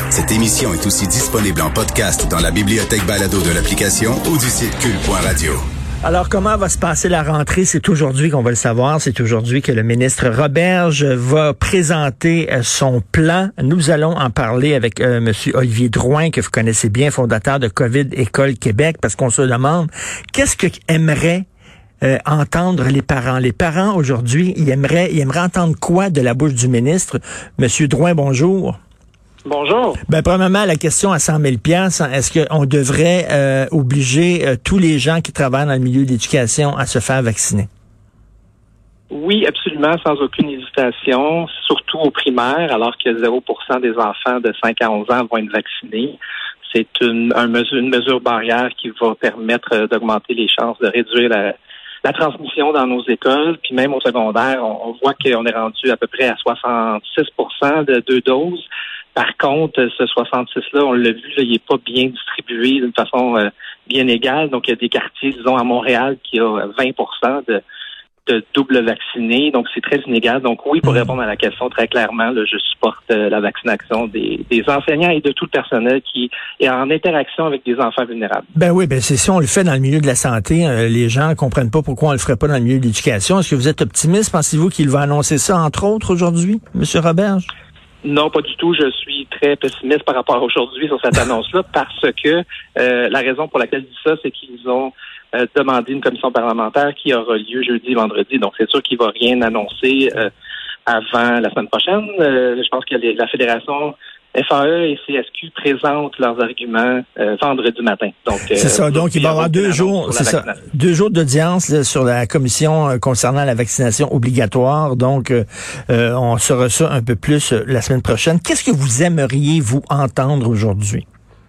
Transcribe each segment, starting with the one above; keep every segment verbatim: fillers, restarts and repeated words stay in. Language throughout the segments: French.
Cette émission est aussi disponible en podcast dans la bibliothèque balado de l'application ou du site cul point radio. Alors, comment va se passer la rentrée? C'est aujourd'hui qu'on va le savoir. C'est aujourd'hui que le ministre Roberge va présenter son plan. Nous allons en parler avec euh, M. Olivier Drouin, que vous connaissez bien, fondateur de COVID École Québec, parce qu'on se demande qu'est-ce qu'aimerait euh, entendre les parents. Les parents, aujourd'hui, ils aimeraient, ils aimeraient entendre quoi de la bouche du ministre? M. Drouin, bonjour. Bonjour. Ben, premièrement, la question à cent mille piastres, est-ce qu'on devrait euh, obliger euh, tous les gens qui travaillent dans le milieu de l'éducation à se faire vacciner? Oui, absolument, sans aucune hésitation, surtout au primaire, alors que zéro pour cent des enfants de cinq à onze ans vont être vaccinés. C'est une, un mesure, une mesure barrière qui va permettre d'augmenter les chances de réduire la, la transmission dans nos écoles. Puis même au secondaire, on, on voit qu'on est rendu à peu près à soixante-six pour cent de deux doses. Par contre, ce soixante-six-là, on l'a vu, là, il n'est pas bien distribué d'une façon euh, bien égale. Donc, il y a des quartiers, disons, à Montréal, qui a vingt pour cent de, de double vaccinés. Donc, c'est très inégal. Donc, oui, pour répondre à la question très clairement, là, je supporte euh, la vaccination des, des enseignants et de tout le personnel qui est en interaction avec des enfants vulnérables. Ben oui, ben c'est si on le fait dans le milieu de la santé, euh, les gens ne comprennent pas pourquoi on le ferait pas dans le milieu de l'éducation. Est-ce que vous êtes optimiste? Pensez-vous qu'il va annoncer ça, entre autres, aujourd'hui, M. Roberge? Non, pas du tout. Je suis très pessimiste par rapport à aujourd'hui sur cette annonce-là parce que euh, la raison pour laquelle je dis ça, c'est qu'ils ont euh, demandé une commission parlementaire qui aura lieu jeudi, vendredi. Donc, c'est sûr qu'il ne va rien annoncer euh, avant la semaine prochaine. Euh, je pense que les, la Fédération F A E et C S Q présentent leurs arguments euh, vendredi matin. Donc, euh, c'est ça. Donc, il va y avoir deux jours, c'est ça, deux jours d'audience là, sur la commission euh, concernant la vaccination obligatoire. Donc, euh, euh, on saura ça un peu plus euh, la semaine prochaine. Qu'est-ce que vous aimeriez, vous, entendre aujourd'hui?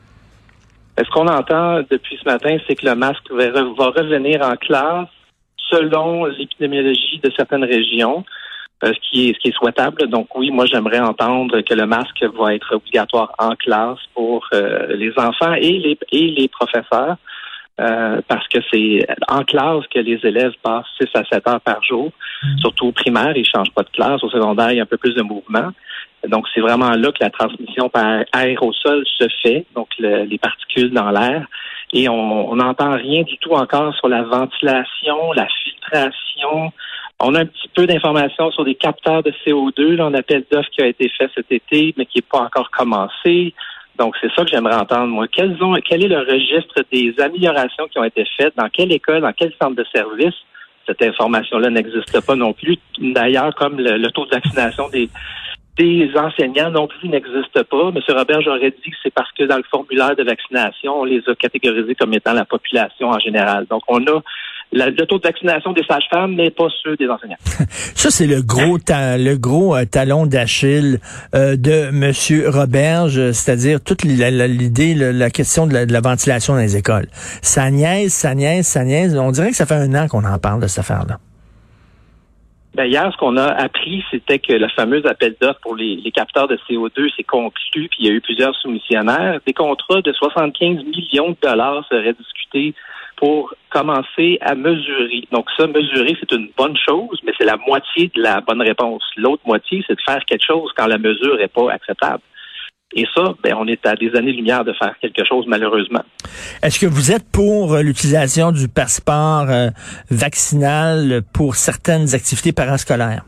Ce qu'on entend depuis ce matin, c'est que le masque va, va revenir en classe selon l'épidémiologie de certaines régions. Euh, ce qui est ce qui est souhaitable. Donc oui, moi j'aimerais entendre que le masque va être obligatoire en classe pour euh, les enfants et les et les professeurs, euh, parce que c'est en classe que les élèves passent six à sept heures par jour. Mmh. Surtout au primaire, ils changent pas de classe. Au secondaire, il y a un peu plus de mouvement. Donc c'est vraiment là que la transmission par aérosol se fait, donc le, les particules dans l'air. Et on n'entend rien du tout encore sur la ventilation, la filtration. On a un petit peu d'informations sur des capteurs de C O deux, là, un appel d'offres qui a été fait cet été, mais qui n'est pas encore commencé. Donc, c'est ça que j'aimerais entendre, moi. Quels ont, quel est le registre des améliorations qui ont été faites? Dans quelle école, dans quel centre de service? Cette information-là n'existe pas non plus. D'ailleurs, comme le, le taux de vaccination des, des enseignants non plus n'existe pas. M. Robert, j'aurais dit que c'est parce que dans le formulaire de vaccination, on les a catégorisés comme étant la population en général. Donc, on a La, le taux de vaccination des sages-femmes, mais pas ceux des enseignants. Ça, c'est le gros ta, le gros euh, talon d'Achille euh, de M. Roberge, c'est-à-dire toute la, la, l'idée, la, la question de la, de la ventilation dans les écoles. Ça niaise, ça niaise, ça niaise. On dirait que ça fait un an qu'on en parle de cette affaire-là. Ben hier, ce qu'on a appris, c'était que le fameux appel d'offres pour les, les capteurs de C O deux s'est conclu, puis il y a eu plusieurs soumissionnaires. Des contrats de soixante-quinze millions de dollars seraient discutés pour commencer à mesurer. Donc ça, mesurer, c'est une bonne chose, mais c'est la moitié de la bonne réponse. L'autre moitié, c'est de faire quelque chose quand la mesure n'est pas acceptable. Et ça, ben, on est à des années-lumière de faire quelque chose, malheureusement. Est-ce que vous êtes pour euh, l'utilisation du passeport euh, vaccinal pour certaines activités parascolaires?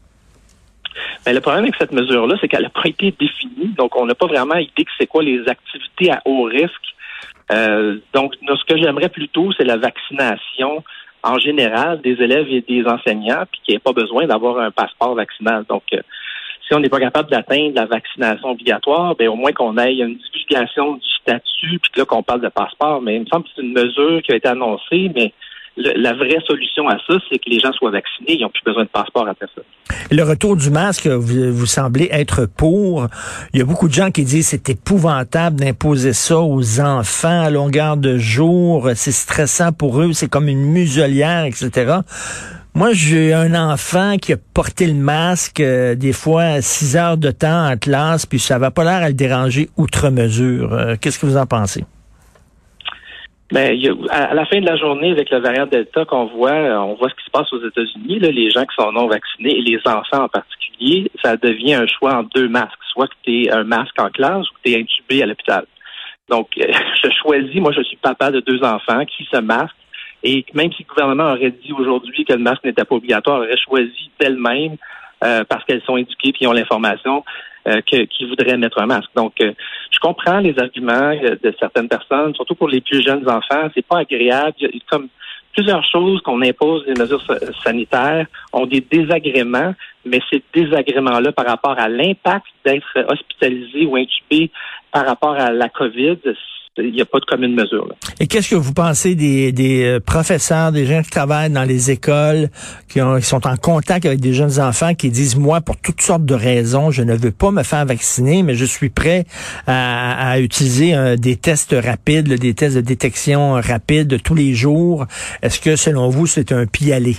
Ben, le problème avec cette mesure-là, c'est qu'elle n'a pas été définie. Donc, on n'a pas vraiment idée que c'est quoi les activités à haut risque. Euh, donc, ce que j'aimerais plutôt, c'est la vaccination en général des élèves et des enseignants, puis qu'il n'y ait pas besoin d'avoir un passeport vaccinal. Donc, euh, si on n'est pas capable d'atteindre la vaccination obligatoire, ben au moins qu'on ait une divulgation du statut, puis là qu'on parle de passeport. Mais il me semble que c'est une mesure qui a été annoncée, mais le, la vraie solution à ça, c'est que les gens soient vaccinés. Ils n'ont plus besoin de passeport après ça. Le retour du masque, vous, vous semblez être pour. Il y a beaucoup de gens qui disent que c'est épouvantable d'imposer ça aux enfants à longueur de jour. C'est stressant pour eux. C'est comme une muselière, et cetera. Moi, j'ai un enfant qui a porté le masque euh, des fois six heures de temps en classe, puis ça va pas l'air à le déranger outre mesure. Euh, qu'est-ce que vous en pensez? Ben, il y a, à la fin de la journée, avec le variant Delta qu'on voit, on voit ce qui se passe aux États-Unis, là, les gens qui sont non vaccinés et les enfants en particulier, ça devient un choix entre deux masques. Soit que tu es un masque en classe ou que tu es intubé à l'hôpital. Donc, euh, je choisis, moi je suis papa de deux enfants qui se masquent et même si le gouvernement aurait dit aujourd'hui que le masque n'était pas obligatoire, aurait choisi d'elle-même euh, parce qu'elles sont éduquées et ont l'information euh, que, qu'ils voudraient mettre un masque. Donc, euh, je comprends les arguments de certaines personnes, surtout pour les plus jeunes enfants. C'est pas agréable. Il y a comme plusieurs choses qu'on impose, les mesures sanitaires, ont des désagréments, mais ces désagréments-là par rapport à l'impact d'être hospitalisé ou intubé par rapport à la COVID, il n'y a pas de commune mesure. Là. Et qu'est-ce que vous pensez des, des professeurs, des gens qui travaillent dans les écoles, qui, ont, qui sont en contact avec des jeunes enfants, qui disent, moi, pour toutes sortes de raisons, je ne veux pas me faire vacciner, mais je suis prêt à, à utiliser euh, des tests rapides, des tests de détection rapides tous les jours. Est-ce que, selon vous, c'est un pis-aller?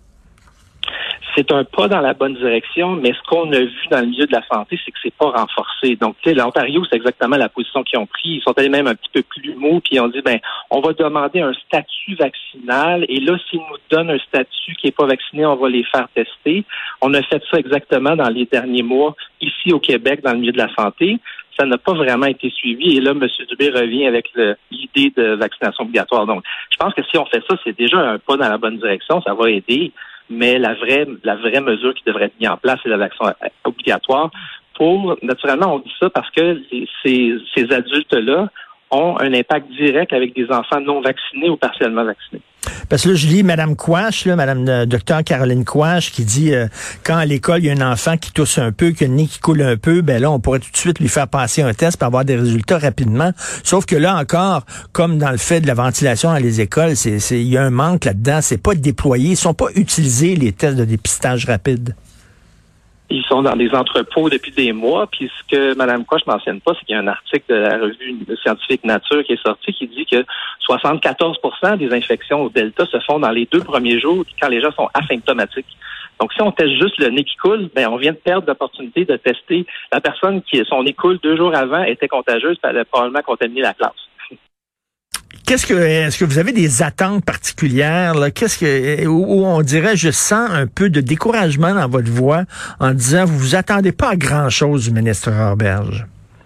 C'est un pas dans la bonne direction, mais ce qu'on a vu dans le milieu de la santé, c'est que c'est pas renforcé. Donc, tu sais, l'Ontario, c'est exactement la position qu'ils ont pris. Ils sont allés même un petit peu plus mou, puis ils ont dit, ben, on va demander un statut vaccinal, et là, s'ils nous donnent un statut qui est pas vacciné, on va les faire tester. On a fait ça exactement dans les derniers mois, ici au Québec, dans le milieu de la santé. Ça n'a pas vraiment été suivi, et là, M. Dubé revient avec le, l'idée de vaccination obligatoire. Donc, je pense que si on fait ça, c'est déjà un pas dans la bonne direction, ça va aider. Mais la vraie, la vraie mesure qui devrait être mise en place, c'est la vaccination obligatoire. Pour, naturellement, on dit ça parce que les, ces, ces adultes-là ont un impact direct avec des enfants non vaccinés ou partiellement vaccinés. Parce que là, je lis Mme Quash, là, Mme euh, Docteur Caroline Quash, qui dit euh, quand à l'école, il y a un enfant qui tousse un peu, qui a le nez qui coule un peu, ben là, on pourrait tout de suite lui faire passer un test pour avoir des résultats rapidement. Sauf que là encore, comme dans le fait de la ventilation dans les écoles, c'est, c'est, il y a un manque là-dedans. C'est pas déployé. Ils sont pas utilisés, les tests de dépistage rapide. Ils sont dans des entrepôts depuis des mois, puis ce que Mme Quash ne mentionne pas, c'est qu'il y a un article de la revue scientifique Nature qui est sorti qui dit que soixante-quatorze pour cent des infections au Delta se font dans les deux premiers jours quand les gens sont asymptomatiques. Donc, si on teste juste le nez qui coule, ben on vient de perdre l'opportunité de tester la personne qui son nez coule deux jours avant était contagieuse, puis elle a probablement contaminé la classe. Qu'est-ce que, est-ce que vous avez des attentes particulières, là? Qu'est-ce que, où, où on dirait, je sens un peu de découragement dans votre voix en disant, vous vous attendez pas à grand chose du ministre Roberge?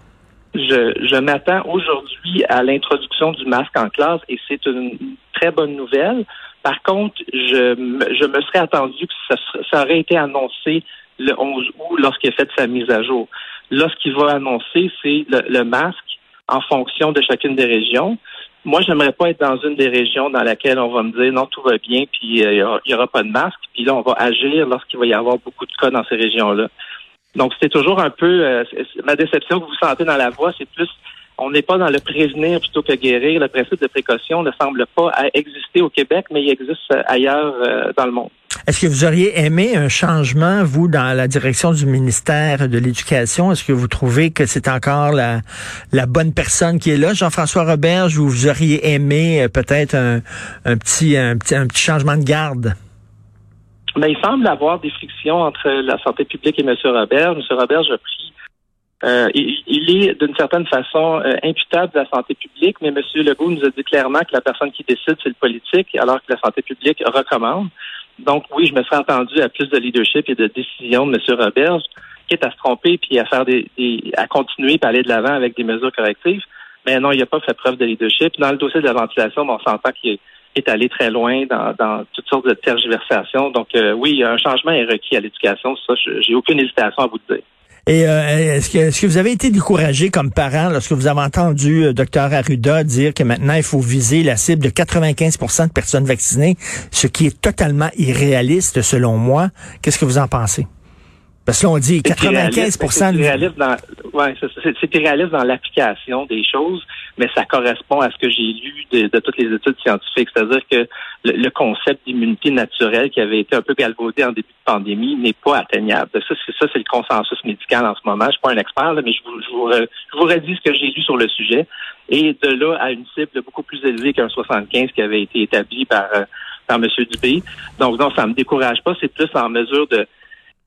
Je, je m'attends aujourd'hui à l'introduction du masque en classe et c'est une très bonne nouvelle. Par contre, je, je me serais attendu que ça, ça aurait été annoncé le onze août lorsqu'il a fait sa mise à jour. Là, ce qu'il va annoncer, c'est le, le masque en fonction de chacune des régions. Moi, j'aimerais pas être dans une des régions dans laquelle on va me dire non, tout va bien, puis il euh, y, y aura pas de masque, puis là, on va agir lorsqu'il va y avoir beaucoup de cas dans ces régions-là. Donc, c'est toujours un peu euh, ma déception que vous sentez dans la voix, c'est plus on n'est pas dans le prévenir plutôt que guérir. Le principe de précaution ne semble pas exister au Québec, mais il existe ailleurs euh, dans le monde. Est-ce que vous auriez aimé un changement, vous, dans la direction du ministère de l'Éducation? Est-ce que vous trouvez que c'est encore la, la bonne personne qui est là, Jean-François Roberge, ou vous auriez aimé euh, peut-être un, un, petit, un, petit, un petit changement de garde? Mais il semble avoir des frictions entre la santé publique et M. Roberge. M. Roberge a pris Euh, il, il est d'une certaine façon euh, imputable de la santé publique, mais M. Legault nous a dit clairement que la personne qui décide, c'est le politique, alors que la santé publique recommande. Donc oui, je me serais attendu à plus de leadership et de décision de M. Roberge, quitte à se tromper puis à faire des, des à continuer et aller de l'avant avec des mesures correctives. Mais non, il n'a pas fait preuve de leadership. Dans le dossier de la ventilation, on s'entend qu'il est, est allé très loin dans, dans toutes sortes de tergiversations. Donc euh, oui, un changement est requis à l'éducation. Ça, je, j'ai aucune hésitation à vous le dire. Et euh, est-ce que, est-ce que vous avez été découragé comme parent lorsque vous avez entendu euh, Dr Arruda dire que maintenant il faut viser la cible de quatre-vingt-quinze pour cent de personnes vaccinées, ce qui est totalement irréaliste selon moi? Qu'est-ce que vous en pensez? Parce que là, on dit quatre-vingt-quinze pour cent. C'est irréaliste dans, ouais, c'est, c'est, c'est irréaliste dans l'application des choses, mais ça correspond à ce que j'ai lu de, de toutes les études scientifiques. C'est-à-dire que le, le concept d'immunité naturelle qui avait été un peu galvaudé en début de pandémie n'est pas atteignable. Ça, c'est ça, c'est le consensus médical en ce moment. Je suis pas un expert, là, mais je vous, je vous, je vous redis ce que j'ai lu sur le sujet. Et de là à une cible beaucoup plus élevée qu'un soixante-quinze qui avait été établi par, par M. Dubé. Donc, non, ça me décourage pas. C'est plus en mesure de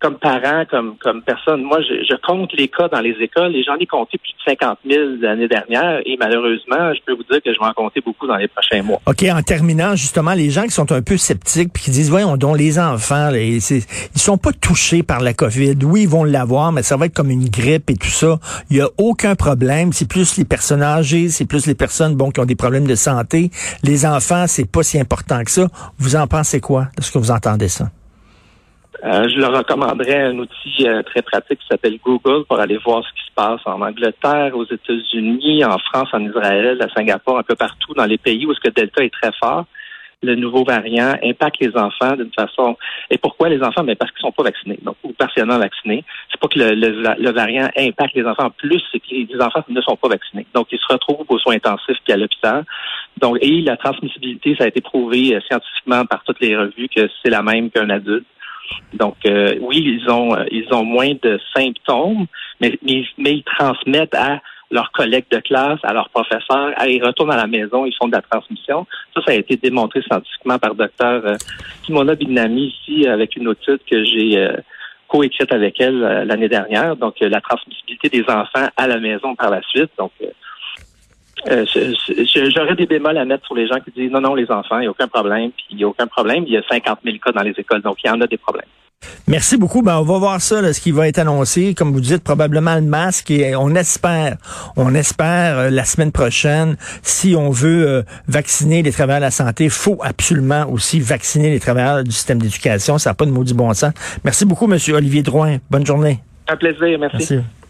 comme parent, comme comme personne, moi, je, je compte les cas dans les écoles et j'en ai compté plus de cinquante mille l'année dernière et malheureusement, je peux vous dire que je vais en compter beaucoup dans les prochains mois. OK, en terminant, justement, les gens qui sont un peu sceptiques puis qui disent, voyons donc, les enfants, là, ils sont pas touchés par la COVID. Oui, ils vont l'avoir, mais ça va être comme une grippe et tout ça. Il y a aucun problème. C'est plus les personnes âgées, c'est plus les personnes, bon, qui ont des problèmes de santé. Les enfants, c'est pas si important que ça. Vous en pensez quoi? Est-ce que vous entendez ça? Euh, je leur recommanderais un outil euh, très pratique qui s'appelle Google pour aller voir ce qui se passe en Angleterre, aux États-Unis, en France, en Israël, à Singapour, un peu partout dans les pays où est-ce que Delta est très fort. Le nouveau variant impacte les enfants d'une façon. Et pourquoi les enfants? Ben parce qu'ils sont pas vaccinés, donc ou partiellement vaccinés. C'est pas que le, le, le variant impacte les enfants en plus, c'est que les enfants ne sont pas vaccinés. Donc ils se retrouvent aux soins intensifs puis à l'hôpital. Donc et la transmissibilité, ça a été prouvé euh, scientifiquement par toutes les revues que c'est la même qu'un adulte. Donc euh, oui, ils ont euh, ils ont moins de symptômes, mais, mais mais ils transmettent à leurs collègues de classe, à leurs professeurs, à, ils retournent à la maison, ils font de la transmission. Ça, ça a été démontré scientifiquement par docteur euh, Kimona Bignami ici avec une étude que j'ai euh, co-écrite avec elle euh, l'année dernière. Donc euh, la transmissibilité des enfants à la maison par la suite. Donc euh, Euh, je, je, j'aurais des bémols à mettre sur les gens qui disent non, non, les enfants, il n'y a aucun problème, puis il n'y a aucun problème. Il y a cinquante mille cas dans les écoles, donc il y en a des problèmes. Merci beaucoup. Ben, on va voir ça, là, ce qui va être annoncé. Comme vous dites, probablement le masque. Et on espère, on espère euh, la semaine prochaine, si on veut euh, vacciner les travailleurs de la santé, il faut absolument aussi vacciner les travailleurs du système d'éducation. Ça n'a pas de maudit bon sens. Merci beaucoup, M. Olivier Drouin. Bonne journée. Un plaisir. Merci. Merci.